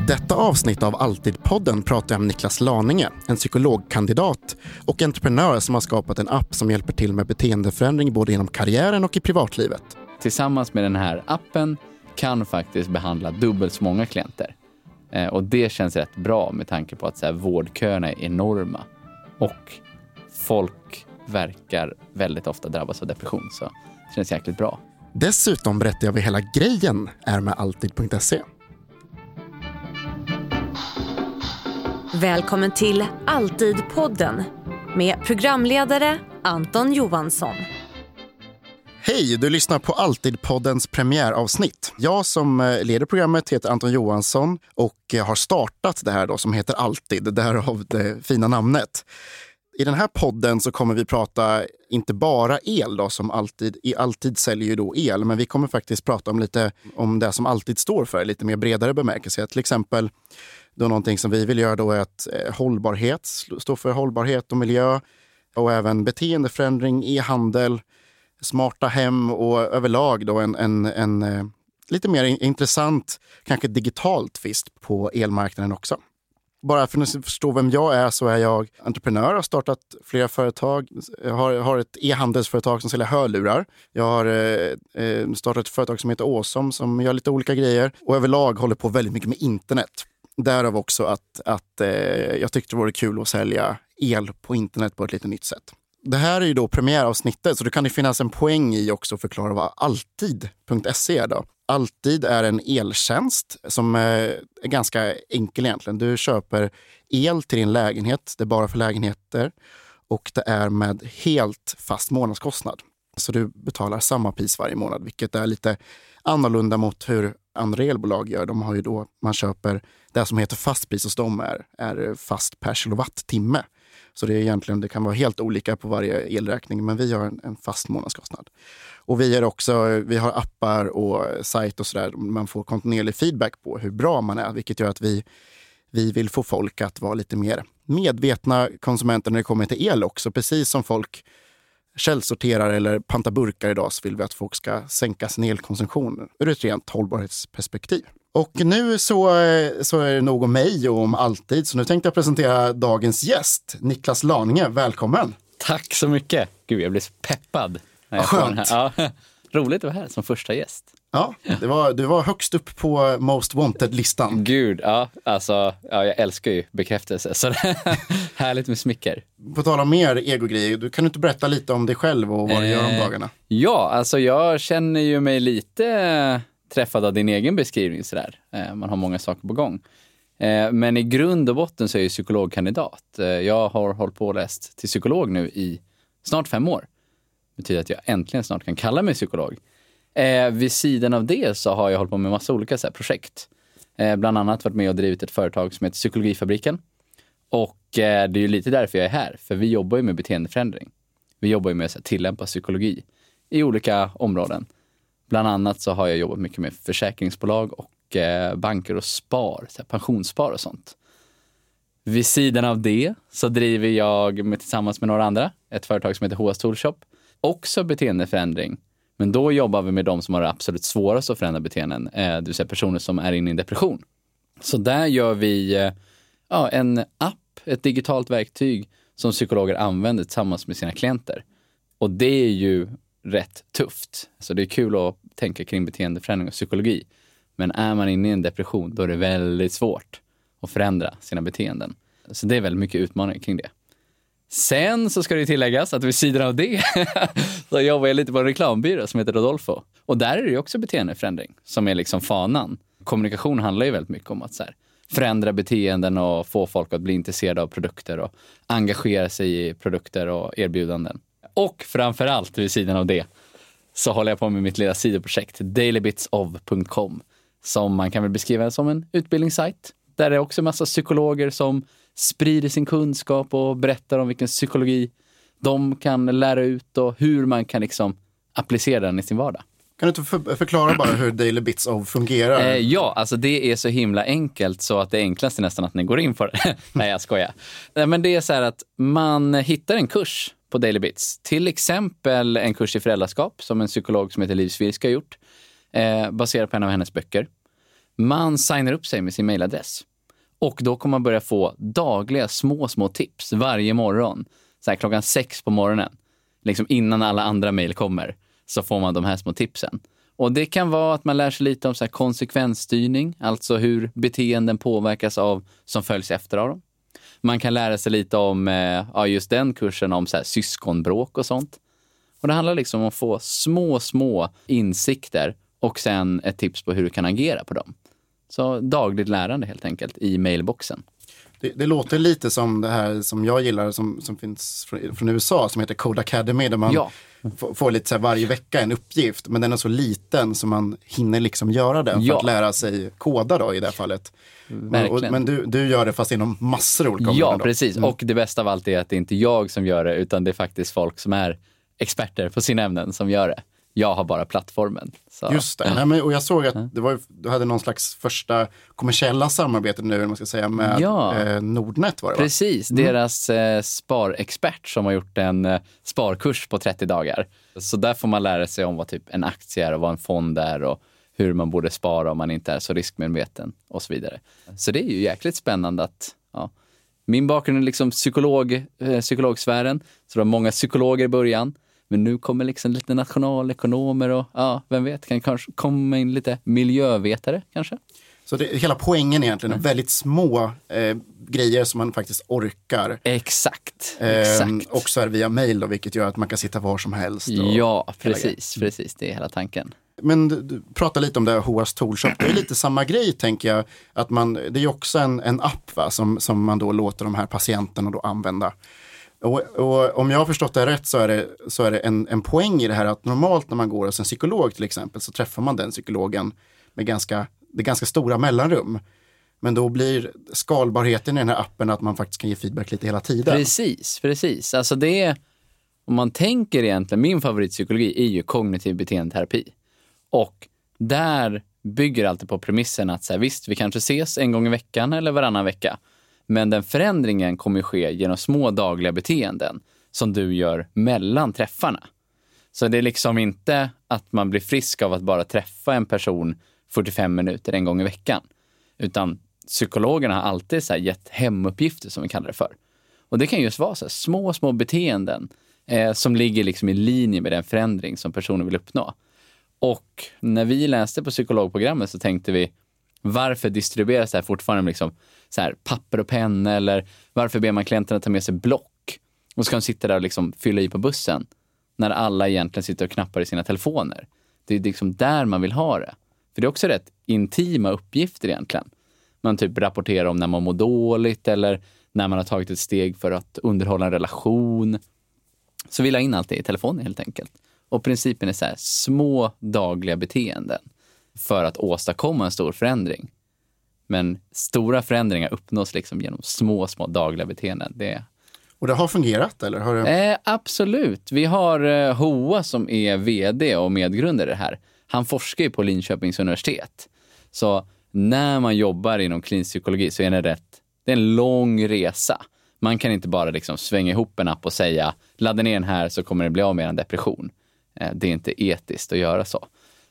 detta avsnitt av Alltid-podden pratar jag med Niklas Laninge, en psykologkandidat och entreprenör som har skapat en app som hjälper till med beteendeförändring både inom karriären och i privatlivet. Tillsammans med den här appen kan faktiskt behandla dubbelt så många klienter. Och det känns rätt bra med tanke på att så här, vårdköerna är enorma. Och folk verkar väldigt ofta drabbas av depression, så det känns jäkligt bra. Dessutom berättar jag vad hela grejen är med Alltid.se. Välkommen till Alltid-podden med programledare Anton Johansson. Hej, du lyssnar på Alltid-poddens premiäravsnitt. Jag som leder programmet heter Anton Johansson och har startat det här då som heter Alltid, därav det fina namnet. I den här podden så kommer vi prata inte bara el då, som alltid säljer ju då el, men vi kommer faktiskt prata om lite om det som Alltid står för, lite mer bredare bemärkelse. Till exempel då någonting som vi vill göra då är att hållbarhet står för hållbarhet och miljö och även beteendeförändring, e-handel, smarta hem och överlag då en lite mer intressant, kanske digitalt twist på elmarknaden också. Bara för att förstå vem jag är så är jag entreprenör, har startat flera företag, har ett e-handelsföretag som säljer hörlurar. Jag har startat ett företag som heter Awesome som gör lite olika grejer och överlag håller på väldigt mycket med internet. Därav också att jag tyckte det var kul att sälja el på internet på ett lite nytt sätt. Det här är ju då premiäravsnittet så det kan ju finnas en poäng i också att förklara vad Alltid.se är då. Alltid är en eltjänst som är ganska enkel egentligen. Du köper el till din lägenhet, det är bara för lägenheter och det är med helt fast månadskostnad. Så du betalar samma pris varje månad, vilket är lite annorlunda mot hur andra elbolag gör. De har ju då, man köper det som heter fastpris hos dem är fast per kilowattimme. Så det är egentligen, det kan vara helt olika på varje elräkning, men vi har en fast månadskostnad. Och vi har appar och sajt och sådär. Man får kontinuerlig feedback på hur bra man är, vilket gör att vi vill få folk att vara lite mer medvetna konsumenter när det kommer till el också. Precis som folk källsorterar eller pantar burkar idag så vill vi att folk ska sänka sin elkonsumtion ur ett rent hållbarhetsperspektiv. Och nu så är det nog om mig och om Alltid. Så nu tänkte jag presentera dagens gäst, Niklas Laninge. Välkommen! Tack så mycket! Gud, jag blir så peppad. När jag skönt! Ja, roligt att vara här som första gäst. Ja, du var högst upp på Most Wanted-listan. Gud, ja, alltså, jag älskar ju bekräftelse. Så det är härligt med smicker. På tal om mer egogrejer, du kan inte berätta lite om dig själv och vad du gör om dagarna? Ja, alltså jag känner ju mig lite träffad av din egen beskrivning sådär. Man har många saker på gång. Men i grund och botten så är jag psykologkandidat. Jag har hållit på och läst till psykolog nu i snart 5 år. Det betyder att jag äntligen snart kan kalla mig psykolog. Vid sidan av det så har jag hållit på med massa olika så här projekt. Bland annat varit med och drivit ett företag som heter Psykologifabriken. Och det är ju lite därför jag är här. För vi jobbar ju med beteendeförändring. Vi jobbar ju med att tillämpa psykologi i olika områden. Bland annat så har jag jobbat mycket med försäkringsbolag och banker och så här pensionsspar och sånt. Vid sidan av det så driver jag tillsammans med några andra ett företag som heter HS Toolshop. Också beteendeförändring. Men då jobbar vi med de som har det absolut svårast att förändra beteenden. Det vill säga personer som är inne i en depression. Så där gör vi en app, ett digitalt verktyg som psykologer använder tillsammans med sina klienter. Och det är ju rätt tufft. Så det är kul att tänka kring beteendeförändring och psykologi. Men är man inne i en depression då är det väldigt svårt att förändra sina beteenden. Så det är väldigt mycket utmaningar kring det. Sen så ska det tilläggas att vid sidan av det så jobbar jag lite på en reklambyrå som heter Rodolfo. Och där är det ju också beteendeförändring som är liksom fanan. Kommunikation handlar ju väldigt mycket om att så här, förändra beteenden och få folk att bli intresserade av produkter och engagera sig i produkter och erbjudanden. Och framförallt vid sidan av det så håller jag på med mitt lilla sidoprojekt dailybitsof.com som man kan väl beskriva som en utbildningssajt. Där är också en massa psykologer som sprider sin kunskap och berättar om vilken psykologi de kan lära ut och hur man kan liksom applicera den i sin vardag. Kan du inte förklara bara hur Daily Bits of fungerar? Ja, alltså det är så himla enkelt så att det enklaste är nästan att ni går in på det. Nej, jag skojar. Men det är så här att man hittar en kurs på Daily Bits. Till exempel en kurs i föräldraskap som en psykolog som heter Liv Svirska har gjort. Baserat på en av hennes böcker. Man signar upp sig med sin mailadress. Och då kommer man börja få dagliga små tips varje morgon. Så här klockan 6 på morgonen. Liksom innan alla andra mejl kommer. Så får man de här små tipsen. Och det kan vara att man lär sig lite om så här konsekvensstyrning. Alltså hur beteenden påverkas av som följs efter av dem. Man kan lära sig lite om just den kursen om så här syskonbråk och sånt. Och det handlar liksom om att få små insikter och sen ett tips på hur du kan agera på dem. Så dagligt lärande helt enkelt i mailboxen. Det låter lite som det här som jag gillar som finns från USA som heter Code Academy där man får lite så här varje vecka en uppgift men den är så liten så man hinner liksom göra den för att lära sig koda då i det här fallet. Men du gör det fast inom massor av olika områden. Ja, precis. Och det bästa av allt är att det är inte jag som gör det utan det är faktiskt folk som är experter på sina ämnen som gör det. Jag har bara plattformen. Så. Just det. Nej, men, och jag såg att du hade någon slags första kommersiella samarbete nu, man ska säga, med Nordnet var det, va? Precis, deras sparexpert som har gjort en sparkurs på 30 dagar. Så där får man lära sig om vad typ en aktie är och vad en fond är och hur man borde spara om man inte är så riskmedveten och så vidare. Så det är ju jäkligt spännande att min bakgrund är liksom psykologsfären, så det var många psykologer i början. Men nu kommer liksom lite nationalekonomer och vem vet, kan kanske komma in lite miljövetare kanske. Så hela poängen egentligen är väldigt små grejer som man faktiskt orkar. Exakt. Också är via mail då, vilket gör att man kan sitta var som helst. Ja, precis. Det är hela tanken. Men du pratar lite om det här HOAS Toolshop. Det är lite samma grej tänker jag. Att det är också en app va, som man då låter de här patienterna då använda. Och om jag har förstått det rätt så är det en poäng i det här att normalt när man går hos en psykolog till exempel så träffar man den psykologen med ganska stora mellanrum. Men då blir skalbarheten i den här appen att man faktiskt kan ge feedback lite hela tiden. Precis. Alltså det är, om man tänker egentligen, min favoritpsykologi är ju kognitiv beteendeterapi. Och där bygger alltid på premissen att så här, visst, vi kanske ses en gång i veckan eller varannan vecka. Men den förändringen kommer ske genom små dagliga beteenden som du gör mellan träffarna. Så det är liksom inte att man blir frisk av att bara träffa en person 45 minuter en gång i veckan. Utan psykologerna har alltid så här gett hemuppgifter som vi kallar det för. Och det kan just vara så här små beteenden som ligger liksom i linje med den förändring som personen vill uppnå. Och när vi läste på psykologprogrammet så tänkte vi, varför distribueras det här fortfarande liksom så här papper och penna, eller varför ber man klienterna ta med sig block och så kan de sitta där och liksom fylla i på bussen när alla egentligen sitter och knappar i sina telefoner. Det är liksom där man vill ha det. För det är också rätt intima uppgifter egentligen. Man typ rapporterar om när man mår dåligt eller när man har tagit ett steg för att underhålla en relation. Så vi la in allt det i telefonen helt enkelt. Och principen är så här, små dagliga beteenden för att åstadkomma en stor förändring. Men stora förändringar uppnås liksom genom små dagliga beteenden. Och det har fungerat, eller? Har det... Absolut. Vi har Hoa som är vd och medgrundare här. Han forskar ju på Linköpings universitet. Så när man jobbar inom klinisk psykologi så är det en lång resa. Man kan inte bara liksom svänga ihop en app och säga ladda ner den här så kommer det bli av med en depression. Det är inte etiskt att göra så.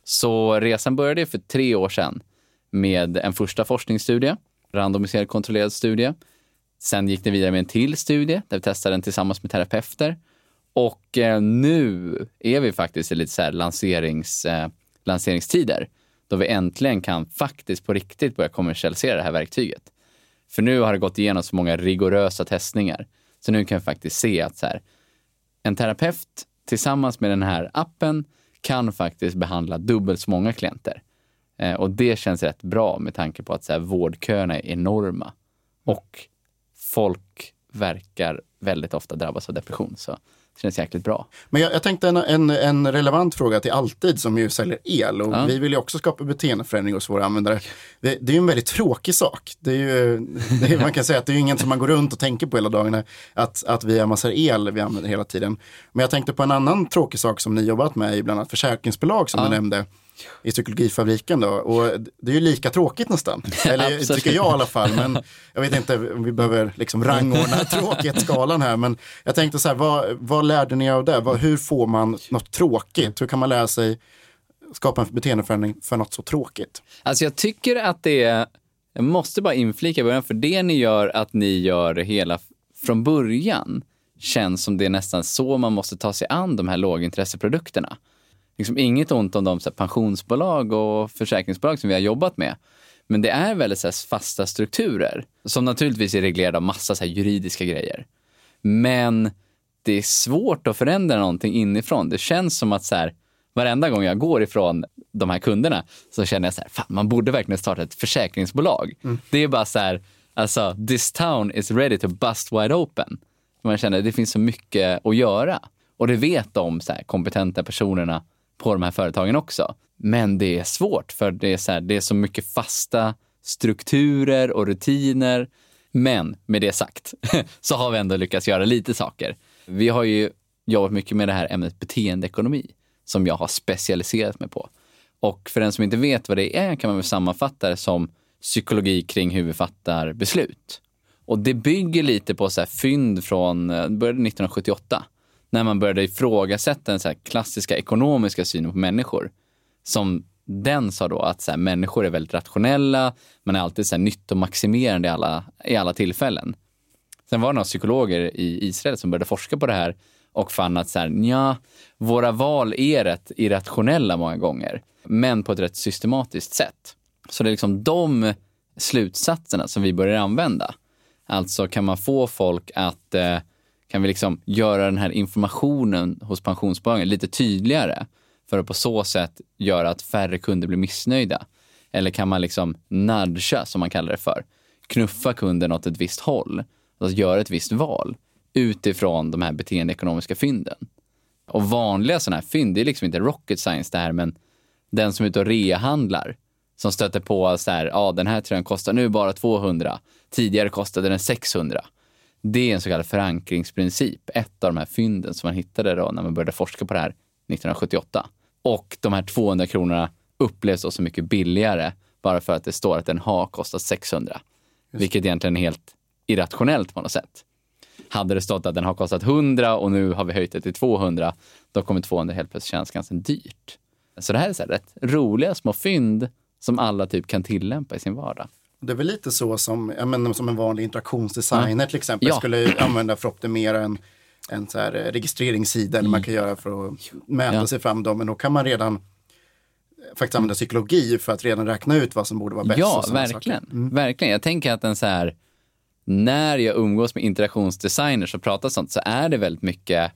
Så resan började för 3 år sedan med en första forskningsstudie, randomiserad kontrollerad studie. Sen gick det vidare med en till studie där vi testade den tillsammans med terapeuter. Och nu är vi faktiskt i lite så här lanseringstider då vi äntligen kan faktiskt på riktigt börja kommersialisera det här verktyget. För nu har det gått igenom så många rigorösa testningar. Så nu kan vi faktiskt se att så här, en terapeut tillsammans med den här appen kan faktiskt behandla dubbelt så många klienter. Och det känns rätt bra med tanke på att så här, vårdköerna är enorma. Och folk verkar väldigt ofta drabbas av depression. Så det känns jäkligt bra. Men jag tänkte en relevant fråga till Alltid som ju säljer el. Och vi vill ju också skapa beteendeförändring hos våra användare. Det är ju en väldigt tråkig sak. Man kan säga att det är ju inget som man går runt och tänker på hela dagarna. Att vi har massor el vi använder hela tiden. Men jag tänkte på en annan tråkig sak som ni jobbat med i bland annat försäkringsbolag som du nämnde. I psykologifabriken då. Och det är ju lika tråkigt nästan. Eller tycker jag i alla fall. Men jag vet inte om vi behöver liksom rangordna tråkighetsskalan här. Men jag tänkte så här, vad lärde ni av det? Hur får man något tråkigt? Hur kan man lära sig skapa en beteendeförändring för något så tråkigt? Alltså jag tycker att det är, jag måste bara inflika i början, för det ni gör, att ni gör det hela från början, känns som det är nästan så man måste ta sig an de här lågintresseprodukterna. Liksom inget ont om de så här, pensionsbolag och försäkringsbolag som vi har jobbat med. Men det är väldigt så här, fasta strukturer som naturligtvis är reglerade av massa så här, juridiska grejer. Men det är svårt att förändra någonting inifrån. Det känns som att så här, varenda gång jag går ifrån de här kunderna så känner jag så här, fan, man borde verkligen starta ett försäkringsbolag. Det är bara så här, alltså, this town is ready to bust wide open. Man känner att det finns så mycket att göra. Och det vet de så här, kompetenta personerna på de här företagen också. Men det är svårt, för det är så här, det är så mycket fasta strukturer och rutiner. Men med det sagt så har vi ändå lyckats göra lite saker. Vi har ju jobbat mycket med det här ämnet beteendeekonomi som jag har specialiserat mig på. Och för den som inte vet vad det är kan man väl sammanfatta det som psykologi kring hur vi fattar beslut. Och det bygger lite på så här fynd från började 1978 när man började ifrågasätta den så här klassiska ekonomiska synen på människor. Som den sa då att så här, människor är väldigt rationella, man är alltid så här nyttomaximerande i alla tillfällen. Sen var det några psykologer i Israel som började forska på det här och fann att så här, våra val är rätt irrationella många gånger, men på ett rätt systematiskt sätt. Så det är liksom de slutsatserna som vi börjar använda. Alltså kan man få folk att, kan vi liksom göra den här informationen hos pensionsbolagen lite tydligare för att på så sätt göra att färre kunder blir missnöjda? Eller kan man liksom nudga, som man kallar det för, knuffa kunden åt ett visst håll, alltså göra ett visst val utifrån de här beteendeekonomiska fynden? Och vanliga sådana här fynd, det är liksom inte rocket science det här, men den som är ute och rehandlar som stöter på så här, den här tröjan kostar nu bara 200, tidigare kostade den 600. Det är en så kallad förankringsprincip, ett av de här fynden som man hittade då när man började forska på det här 1978. Och de här 200 kronorna upplevs då så mycket billigare bara för att det står att den har kostat 600. Vilket egentligen är helt irrationellt på något sätt. Hade det stått att den har kostat 100 och nu har vi höjt det till 200, då kommer 200 helt plötsligt kännas ganska dyrt. Så det här är så här rätt roliga små fynd som alla typ kan tillämpa i sin vardag. Det är väl lite så som, som en vanlig interaktionsdesigner till exempel skulle använda för att optimera en så här registreringssida eller man kan göra för att mäta sig fram dem. Men då kan man redan faktiskt använda psykologi för att redan räkna ut vad som borde vara bäst. Ja, verkligen. Verkligen. Jag tänker att den så här, när jag umgås med interaktionsdesigners och pratar sånt, så är det väldigt mycket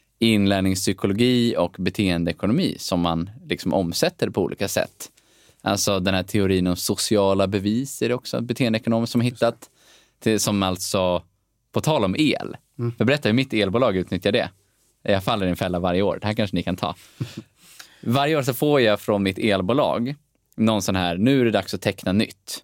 inlärningspsykologi och beteendeekonomi som man liksom omsätter på olika sätt. Alltså den här teorin om sociala bevis är det också beteendeekonomer som har hittat. Som alltså, på tal om el. Jag berättar hur mitt elbolag utnyttjar det. Jag faller i en fälla varje år. Det här kanske ni kan ta. Varje år så får jag från mitt elbolag någon sån här, nu är det dags att teckna nytt.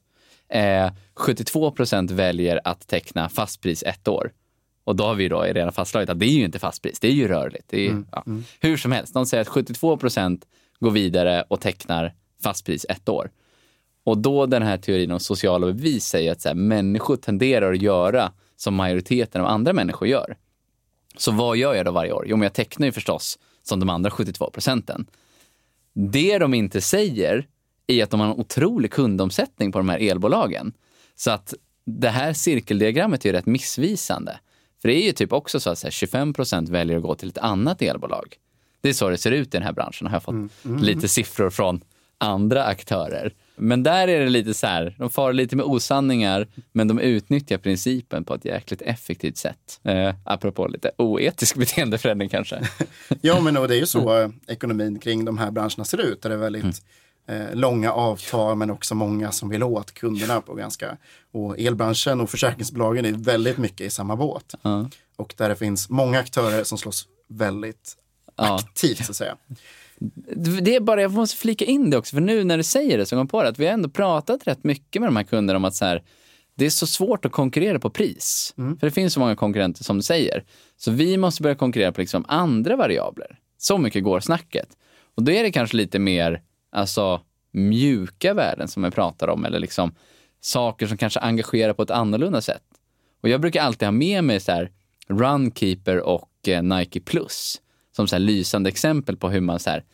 72% väljer att teckna fastpris 1 år. Och då har vi då redan fastslaget att det är ju inte fastpris, det är ju rörligt. Det är, hur som helst, de säger att 72% går vidare och tecknar fastpris 1 år. Och då den här teorin om sociala bevis säger att så här, människor tenderar att göra som majoriteten av andra människor gör. Så vad gör jag då varje år? Jo, men jag tecknar ju förstås som de andra 72%. Det de inte säger är att de har en otrolig kundomsättning på de här elbolagen. Så att det här cirkeldiagrammet är ju rätt missvisande. För det är ju typ också så att så här, 25% väljer att gå till ett annat elbolag. Det är så det ser ut i den här branschen. Har jag fått lite siffror från andra aktörer. Men där är det lite så här, de far lite med osanningar, men de utnyttjar principen på ett jäkligt effektivt sätt. Apropå lite oetisk beteendeförändring kanske. Ja, men och det är ju så ekonomin kring de här branscherna ser ut. Det är väldigt långa avtal, men också många som vill åt kunderna på ganska. Och elbranschen och försäkringsbolagen är väldigt mycket i samma båt. Och där det finns många aktörer som slåss väldigt aktivt så att säga. Det är bara, jag måste flika in det också, för nu när du säger det så kommer jag på det att vi har ändå pratat rätt mycket med de här kunderna om att så här, det är så svårt att konkurrera på pris. För det finns så många konkurrenter som du säger. Så vi måste börja konkurrera på liksom andra variabler. Så mycket går snacket. Och då är det kanske lite mer alltså, mjuka värden som jag pratar om, eller liksom saker som kanske engagerar på ett annorlunda sätt. Och jag brukar alltid ha med mig så här Runkeeper och Nike Plus som så här lysande exempel på hur man så här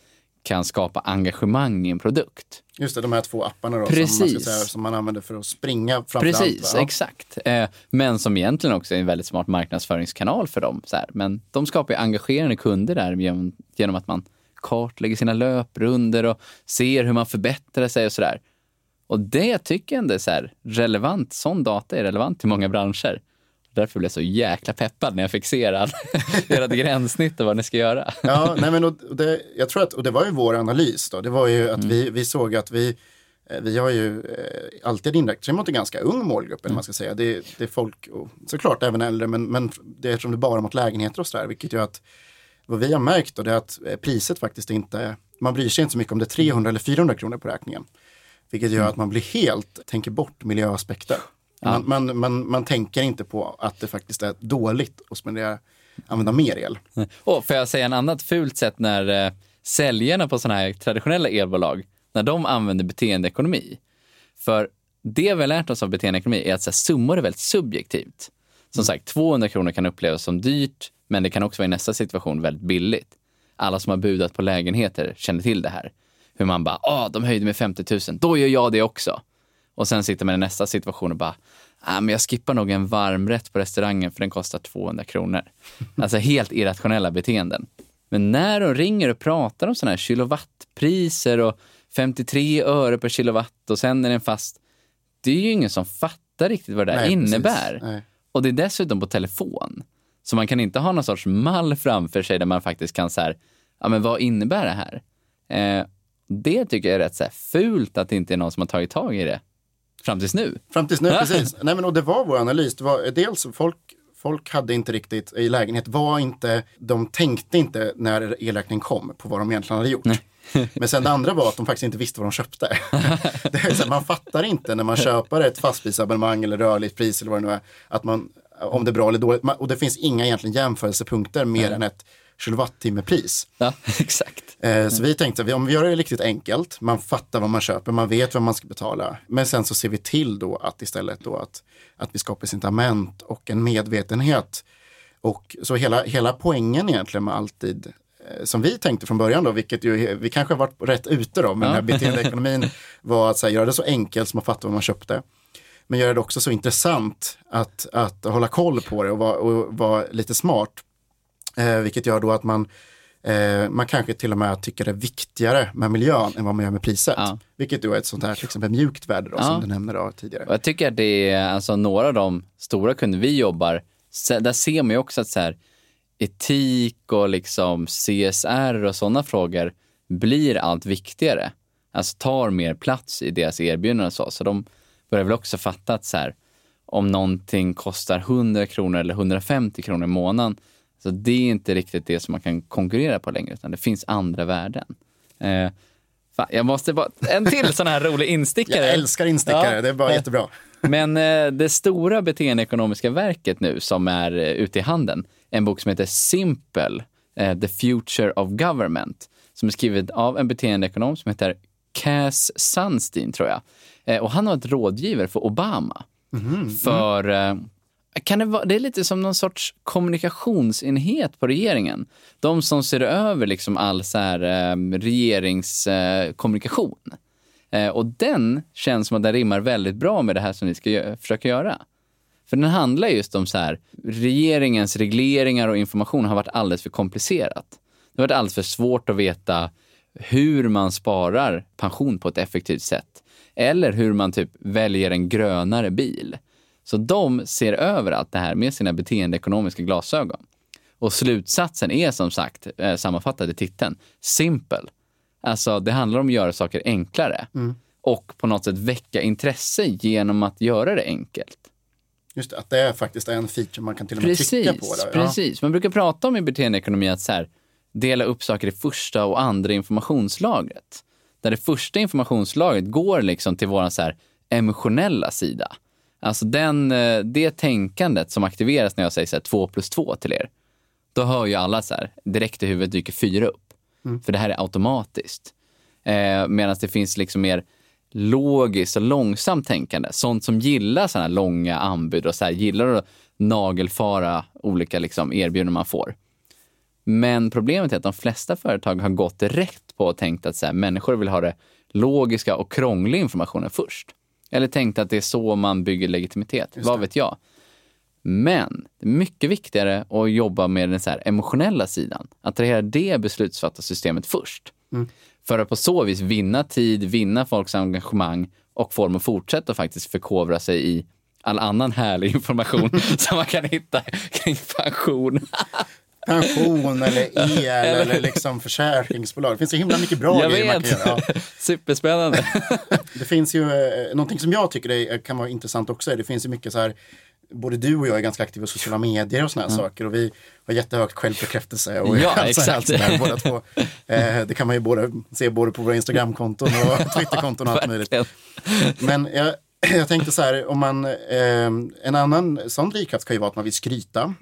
kan skapa engagemang i en produkt. Just det, de här 2 apparna då, som man använder för att springa framförallt. Precis, exakt. Men som egentligen också är en väldigt smart marknadsföringskanal för dem. Så här. Men de skapar ju engagerande kunder där genom att man kartlägger sina löprundor och ser hur man förbättrar sig och sådär. Och det tycker jag ändå är så här relevant. Sån data är relevant till många branscher. Därför blev jag så jäkla peppad när jag fick se ert gränssnitt och vad ni ska göra. Ja, nej men jag tror att, och det var ju vår analys då, det var ju att vi såg att vi har ju alltid inriktat sig mot en ganska ung målgrupp, eller man ska säga. Det är folk, och såklart även äldre, men det är som det bara mot lägenheter och sådär, vilket gör att vad vi har märkt då, det är att priset faktiskt inte, man bryr sig inte så mycket om det är 300 eller 400 kronor på räkningen. Vilket gör att man tänker bort miljöaspekter. Ja. Man tänker inte på att det faktiskt är dåligt att använda mer el. Och får jag säga en annat fult sätt när säljarna på sådana här traditionella elbolag, när de använder beteendeekonomi. För det vi har lärt oss av beteendeekonomi är att så här, summor är väldigt subjektivt. Som sagt, 200 kronor kan upplevas som dyrt, men det kan också vara i nästa situation väldigt billigt. Alla som har budat på lägenheter känner till det här. Hur man bara, de höjde med 50 000, då gör jag det också. Och sen sitter man i nästa situation och bara, men jag skippar nog en varmrätt på restaurangen för den kostar 200 kronor. Alltså helt irrationella beteenden. Men när de ringer och pratar om sådana här kilowattpriser och 53 öre per kilowatt och sen är den fast, det är ju ingen som fattar riktigt vad det där innebär. Och det är dessutom på telefon. Så man kan inte ha någon sorts mall framför sig där man faktiskt kan så här, men vad innebär det här? Det tycker jag är rätt så här fult att det inte är någon som har tagit tag i det. Fram tills nu, precis. Nej, men och det var vår analys. Det var dels folk hade inte riktigt i lägenhet, de tänkte inte när elräkningen kom på vad de egentligen hade gjort. Men sen det andra var att de faktiskt inte visste vad de köpte. Det är så här, man fattar inte när man köper ett fastprisabonnemang eller rörligt pris eller vad det nu är, att om det är bra eller dåligt. Och det finns inga egentligen jämförelsepunkter mer än ett kilowattimmepris. Ja, exakt. Så vi tänkte, om vi gör det riktigt enkelt, man fattar vad man köper, man vet vad man ska betala, men sen så ser vi till då att istället då att vi skapar incitament och en medvetenhet. Och så hela poängen egentligen med Alltid, som vi tänkte från början då, vilket ju vi kanske har varit rätt ute då, men den här beteendeekonomin var att göra det så enkelt som man fattar vad man köpte. Men göra det också så intressant att hålla koll på det och vara lite smart. Vilket gör då att man kanske till och med tycker det är viktigare med miljön än vad man gör med priset. Ja. Vilket då är ett sånt här till exempel mjukt värde då, som du nämnde då tidigare. Och jag tycker att det är alltså några av de stora kunder vi jobbar, där ser man ju också att så här, etik och liksom CSR och sådana frågor blir allt viktigare. Alltså tar mer plats i deras erbjudanden och så. Så de börjar väl också fatta att så här, om någonting kostar 100 kronor eller 150 kronor i månaden, så det är inte riktigt det som man kan konkurrera på längre, utan det finns andra värden. Jag måste bara, en till sån här rolig instickare. Jag älskar instickare, det är bara jättebra. Men det stora beteendeekonomiska verket nu som är ute i handeln, en bok som heter Simple, The Future of Government, som är skriven av en beteendeekonom som heter Cass Sunstein, tror jag. Och han har ett rådgivare för Obama. För det är lite som någon sorts kommunikationsenhet på regeringen. De som ser över liksom all så här regeringskommunikation. Och den känns som att den rimmar väldigt bra med det här som vi ska försöka göra. För den handlar just om så här, regeringens regleringar och information har varit alldeles för komplicerat. Det har varit alldeles för svårt att veta hur man sparar pension på ett effektivt sätt. Eller hur man typ väljer en grönare bil. Så de ser över allt det här med sina beteendeekonomiska glasögon. Och slutsatsen är som sagt, sammanfattad i titeln, Simple. Alltså det handlar om att göra saker enklare. Och på något sätt väcka intresse genom att göra det enkelt. Just det, att det är faktiskt en feature man kan till och med trycka på. Där. Precis, man brukar prata om i beteendeekonomi att så här, dela upp saker i första och andra informationslagret. Där det första informationslagret går liksom till våran så här emotionella sida. Alltså det tänkandet som aktiveras när jag säger så här 2 + 2 till er. Då hör ju alla så här, direkt i huvudet dyker 4 upp. För det här är automatiskt. Medan det finns liksom mer logiskt och långsamt tänkande. Sånt som gillar sådana här långa anbud och så här, gillar att nagelfara olika liksom erbjudanden man får. Men problemet är att de flesta företag har gått rätt på och tänkt att så här, människor vill ha det logiska och krångliga informationen först. Eller tänkt att det är så man bygger legitimitet. Vad vet jag? Men det är mycket viktigare att jobba med den så här emotionella sidan. Attrahera det beslutsfattarsystemet först. För att på så vis vinna tid, vinna folks engagemang och få dem att fortsätta faktiskt förkovra sig i all annan härlig information som man kan hitta kring pension. Pension eller el eller liksom försäkringsbolag. Det finns så himla mycket bra grejer man kan göra. Ja. Superspännande. Det finns ju någonting som jag tycker kan vara intressant också. Det finns ju mycket så här, både du och jag är ganska aktiva i sociala medier och såna här saker. Och vi har jättehögt självbekräftelse. Och exakt. Där, båda två. Det kan man ju se både på våra Instagram-konton och Twitter-konton och allt möjligt. Men jag tänkte så här, om man, en annan sån drivkraft kan ju vara att man vill skryta.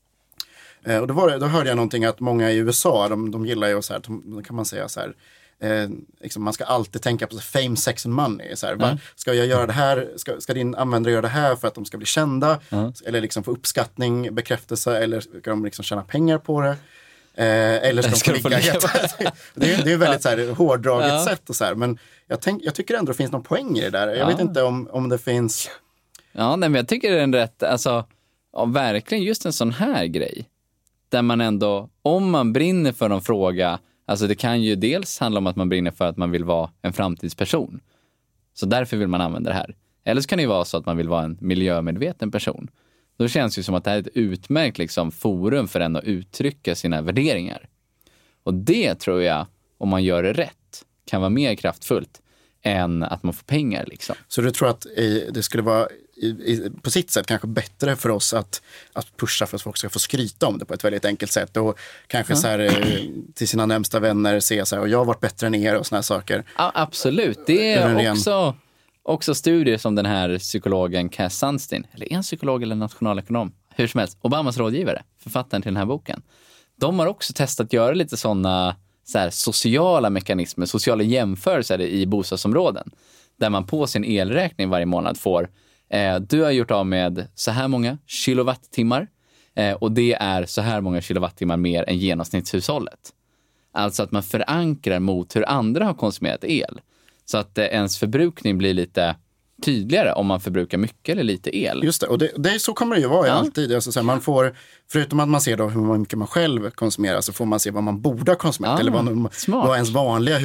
Och då hörde jag någonting att många i USA, de gillar ju så här, då kan man säga så här, liksom man ska alltid tänka på fame, sex and money. Så här, ska jag göra det här, ska din användare göra det här för att de ska bli kända? Eller liksom få uppskattning, bekräftelse, eller ska de liksom tjäna pengar på det? Eller ska de få ligga det är väldigt så här hårdraget sätt och så här, men jag tycker ändå det finns någon poäng i det där. Jag vet inte om det finns... Ja, nej, men jag tycker det är en rätt, alltså, verkligen just en sån här grej. Där man ändå, om man brinner för en fråga, alltså det kan ju dels handla om att man brinner för att man vill vara en framtidsperson. Så därför vill man använda det här. Eller så kan det ju vara så att man vill vara en miljömedveten person. Då känns det ju som att det här är ett utmärkt liksom, forum för en att uttrycka sina värderingar. Och det tror jag, om man gör det rätt, kan vara mer kraftfullt än att man får pengar. Liksom. Så du tror att det skulle vara på sitt sätt kanske bättre för oss att pusha för att folk ska få skryta om det på ett väldigt enkelt sätt och kanske så här, till sina närmsta vänner se så här, och jag har varit bättre än er och såna här saker. Ja, absolut. Det är också studier som den här psykologen Cass Sunstein, eller en psykolog eller nationalekonom, hur som helst, Obamas rådgivare, författaren till den här boken. De har också testat att göra lite sådana så här, sociala mekanismer, sociala jämförelser i bostadsområden. Där man på sin elräkning varje månad får du har gjort av med så här många kilowattimmar och det är så här många kilowattimmar mer än genomsnittshushållet. Alltså att man förankrar mot hur andra har konsumerat el. Så att ens förbrukning blir lite tydligare om man förbrukar mycket eller lite el. Just det, och det så kommer det ju vara alltid. Alltså, så här, man får, förutom att man ser då hur mycket man själv konsumerar, så får man se vad man borde ha konsumerat. Eller vad ens vanliga,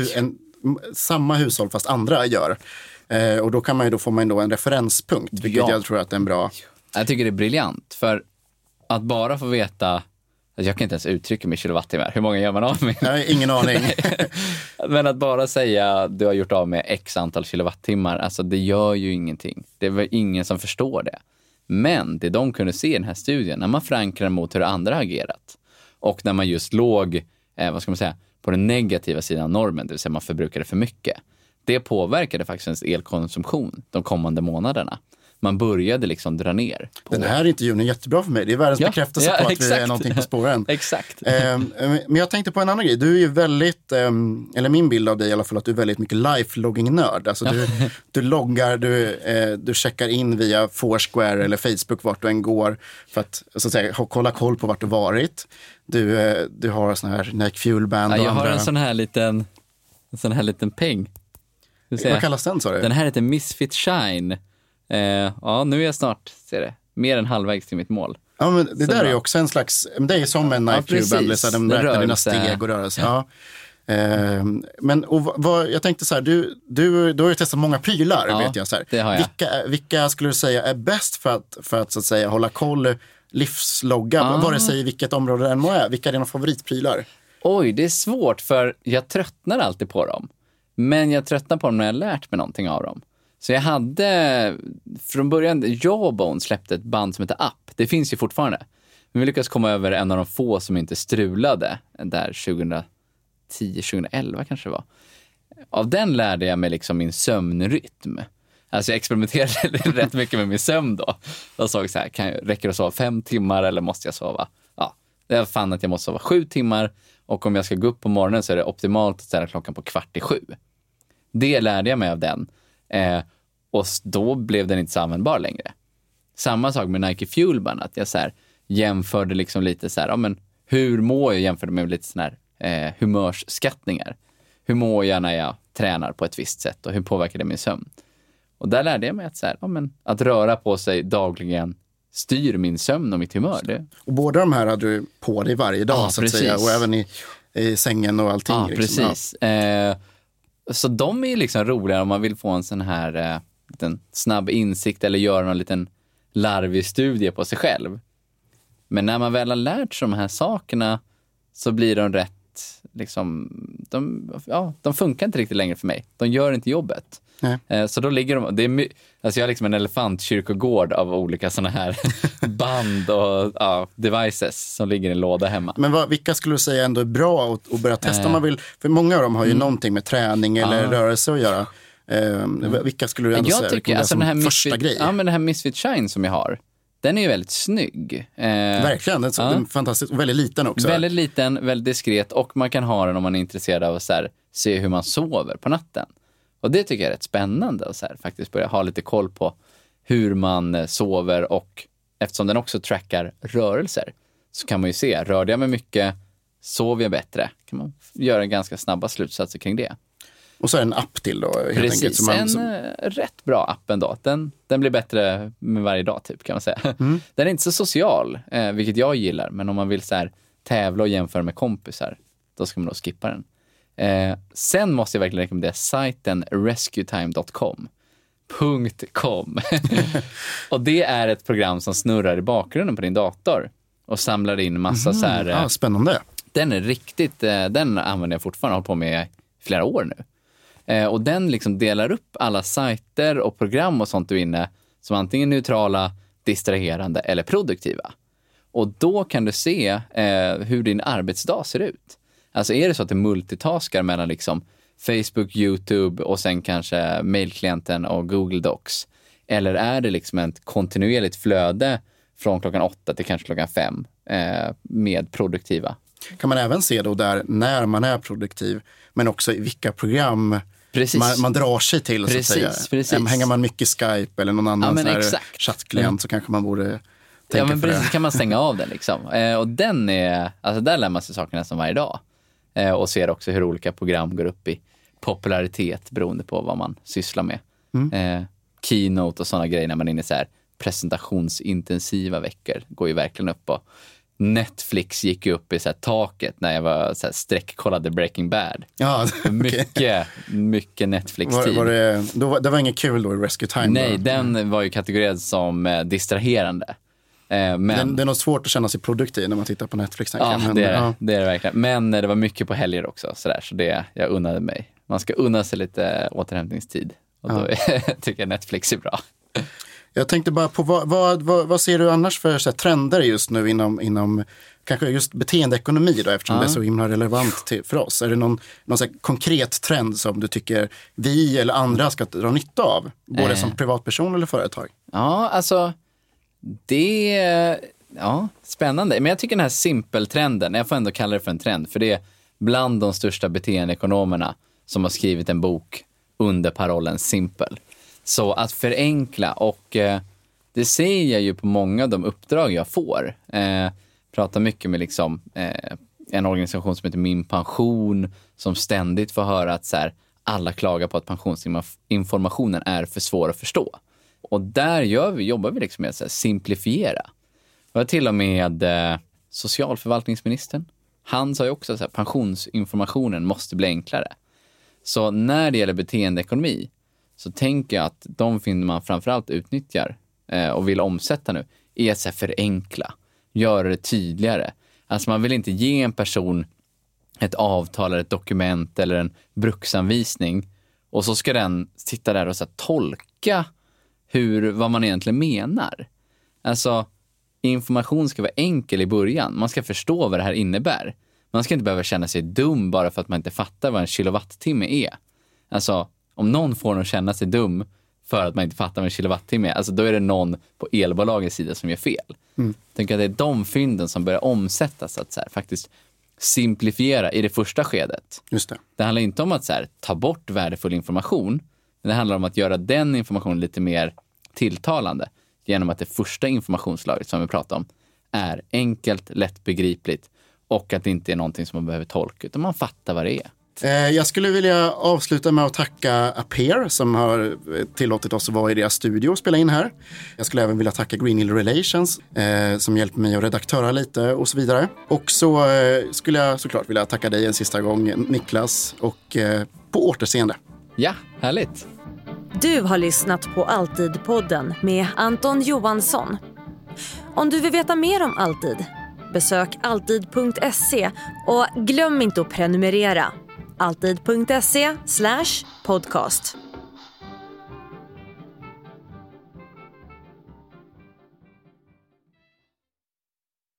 samma hushåll fast andra gör. Och då får man en referenspunkt, vilket jag tror att är en bra... Jag tycker det är briljant, för att bara få veta, jag kan inte ens uttrycka mig kilowattimmar, hur många gör man av med? Nej, ingen aning. Men att bara säga du har gjort av med x antal kilowattimmar, alltså det gör ju ingenting. Det var ingen som förstår det. Men det de kunde se i den här studien, när man förankrar mot hur andra har agerat och när man just låg, på den negativa sidan av normen, det vill säga man förbrukade för mycket. Det påverkade faktiskt ens elkonsumtion de kommande månaderna. Man började liksom dra ner. Den här intervjun är jättebra för mig. Det är världens bekräftelse på att vi är någonting på spåren. Exakt. Men jag tänkte på en annan grej. Du är ju väldigt, eller min bild av dig i alla fall, att du är väldigt mycket life-logging-nörd. Alltså du loggar, du checkar in via Foursquare eller Facebook vart du än går för att, så att säga, kolla koll på vart du varit. Du har sån här Nike Fuel Band. Jag har en sån här liten peng. Vad kallas den, sa du? Den här heter Misfit Shine. Nu är jag snart, mer än halvvägs till mitt mål. Ja, men det där är ju också en slags, det är som en Nike Fuel Band, så den räknar dina steg och rörelse. Ja. Men jag tänkte så här, du har ju testat många prylar, vet jag. Så här. Det har jag. Vilka skulle du säga är bäst för att så att säga hålla koll, livslogga, vare sig vilket område det än är? Vilka är dina favoritprylar? Oj, det är svårt, för jag tröttnar alltid på dem. Men jag tröttnar på dem när jag lärt mig någonting av dem. Så jag hade, från början, Jawbone släppte ett band som heter Up. Det finns ju fortfarande. Men vi lyckades komma över en av de få som inte strulade där 2010-2011 kanske det var. Av den lärde jag mig liksom min sömnrytm. Alltså jag experimenterade rätt mycket med min sömn då. Jag såg så här, räcker det att sova 5 timmar eller måste jag sova? Ja, jag fann att jag måste sova 7 timmar. Och om jag ska gå upp på morgonen så är det optimalt att ställa klockan på 6:45. Det lärde jag mig av den. Och då blev den inte så användbar längre. Samma sak med Nike Fuel Band, att jag så här jämförde liksom lite så här, men hur mår jag jämfört med lite sån här humörsskattningar. Hur mår jag när jag tränar på ett visst sätt och hur påverkar det min sömn? Och där lärde jag mig att röra på sig dagligen styr min sömn och mitt humör. Och båda de här hade du på dig varje dag så att säga, och även i sängen och allting. Ja, precis. Så de är liksom roliga om man vill få en sån här liten snabb insikt eller göra någon liten larvig studie på sig själv. Men när man väl har lärt sig de här sakerna så blir de rätt liksom, de funkar inte riktigt längre för mig. De gör inte jobbet. Så då ligger de, alltså jag har liksom en elefantkyrkogård av olika såna här band och devices som ligger i en låda hemma. Men vilka skulle du säga ändå är bra att börja testa om man vill? För många av dem har ju någonting med träning eller rörelse att göra. Vilka skulle du ändå säga tycker, alltså som den här första grej? Ja, men den här Misfit Shine som jag har, den är ju väldigt snygg. Verkligen, den är fantastisk och väldigt liten också. Väldigt liten, väldigt diskret, och man kan ha den om man är intresserad av att se hur man sover på natten. Och det tycker jag är rätt spännande att faktiskt börja ha lite koll på hur man sover, och eftersom den också trackar rörelser så kan man ju se, rörde jag mig mycket, sover jag bättre? Kan man göra ganska snabba slutsatser kring det. Och så är det en app till då, helt precis, enkelt. Rätt bra app ändå. Den blir bättre med varje dag typ, kan man säga. Den är inte så social, vilket jag gillar, men om man vill tävla och jämföra med kompisar, då ska man då skippa den. Sen måste jag verkligen rekommendera sajten rescuetime.com. Och det är ett program som snurrar i bakgrunden på din dator och samlar in massa spännande. Den är riktigt, den använder jag fortfarande, har på med flera år nu. Och den liksom delar upp alla sajter och program och sånt du är inne som antingen neutrala, distraherande eller produktiva. Och då kan du se hur din arbetsdag ser ut. Alltså är det så att du multitaskar mellan liksom Facebook, YouTube och sen kanske mailklienten och Google Docs? Eller är det liksom ett kontinuerligt flöde från klockan 8 till kanske klockan 5 med produktiva? Kan man även se då där när man är produktiv, men också i vilka program man drar sig till, så att säga. Precis. Hänger man mycket Skype eller någon annan chattklient så kanske man borde tänka men precis, kan man stänga av den liksom. Och den är, alltså där lär man sig saker nästan varje dag. Och ser också hur olika program går upp i popularitet beroende på vad man sysslar med. Keynote och sådana grejer när man är inne i presentationsintensiva veckor går ju verkligen upp. Och Netflix gick ju upp i taket när jag var sträckkollade Breaking Bad. Ja, mycket Netflix-tid. Det var inget kul då i Rescue Time? Nej, den var ju kategoriserad som distraherande. Men det är nog svårt att känna sig produktiv när man tittar på Netflix. Det är det verkligen. Men det var mycket på helger också. Så det jag unnade mig. Man ska unna sig lite återhämtningstid. Och då tycker jag Netflix är bra. Jag tänkte bara på vad ser du annars för trender just nu inom kanske just beteendeekonomi då, eftersom det är så himla relevant för oss. Är det någon konkret trend som du tycker vi eller andra ska dra nytta av? Både som privatperson eller företag? Ja, alltså det är spännande. Men jag tycker den här simpeltrenden, jag får ändå kalla det för en trend, för det är bland de största beteendeekonomerna som har skrivit en bok under parollen simpel. Så att förenkla, och det ser jag ju på många av de uppdrag jag får. Pratar mycket med en organisation som heter Min Pension, som ständigt får höra att alla klagar på att pensionsinformationen är för svår att förstå. Och där jobbar vi med att simplifiera. Och till och med socialförvaltningsministern, han sa ju också att pensionsinformationen måste bli enklare. Så när det gäller beteendeekonomi så tänker jag att de finner man framförallt utnyttjar och vill omsätta nu är att förenkla, göra det tydligare. Alltså man vill inte ge en person ett avtal eller ett dokument eller en bruksanvisning och så ska den sitta där och tolka vad man egentligen menar. Alltså information ska vara enkel i början. Man ska förstå vad det här innebär. Man ska inte behöva känna sig dum bara för att man inte fattar vad en kilowattimme är. Alltså om någon får någon känna sig dum för att man inte fattar vad en kilowattimme är, alltså då är det någon på elbolagets sida som gör fel. Tänk att det är de fynden som börjar omsättas att faktiskt simplifiera i det första skedet. Just det. Det handlar inte om att ta bort värdefull information, men det handlar om att göra den informationen lite mer tilltalande genom att det första informationslaget som vi pratar om är enkelt, lättbegripligt och att det inte är någonting som man behöver tolka, utan man fattar vad det är. Jag skulle vilja avsluta med att tacka Appear som har tillåtit oss att vara i deras studio och spela in här. Jag skulle även vilja tacka Green Hill Relations som hjälper mig att redaktöra lite och så vidare. Och så skulle jag såklart vilja tacka dig en sista gång, Niklas, och på återseende. Ja, härligt. Du har lyssnat på Alltid-podden med Anton Johansson. Om du vill veta mer om Alltid, besök alltid.se och glöm inte att prenumerera. Alltid.se/podcast.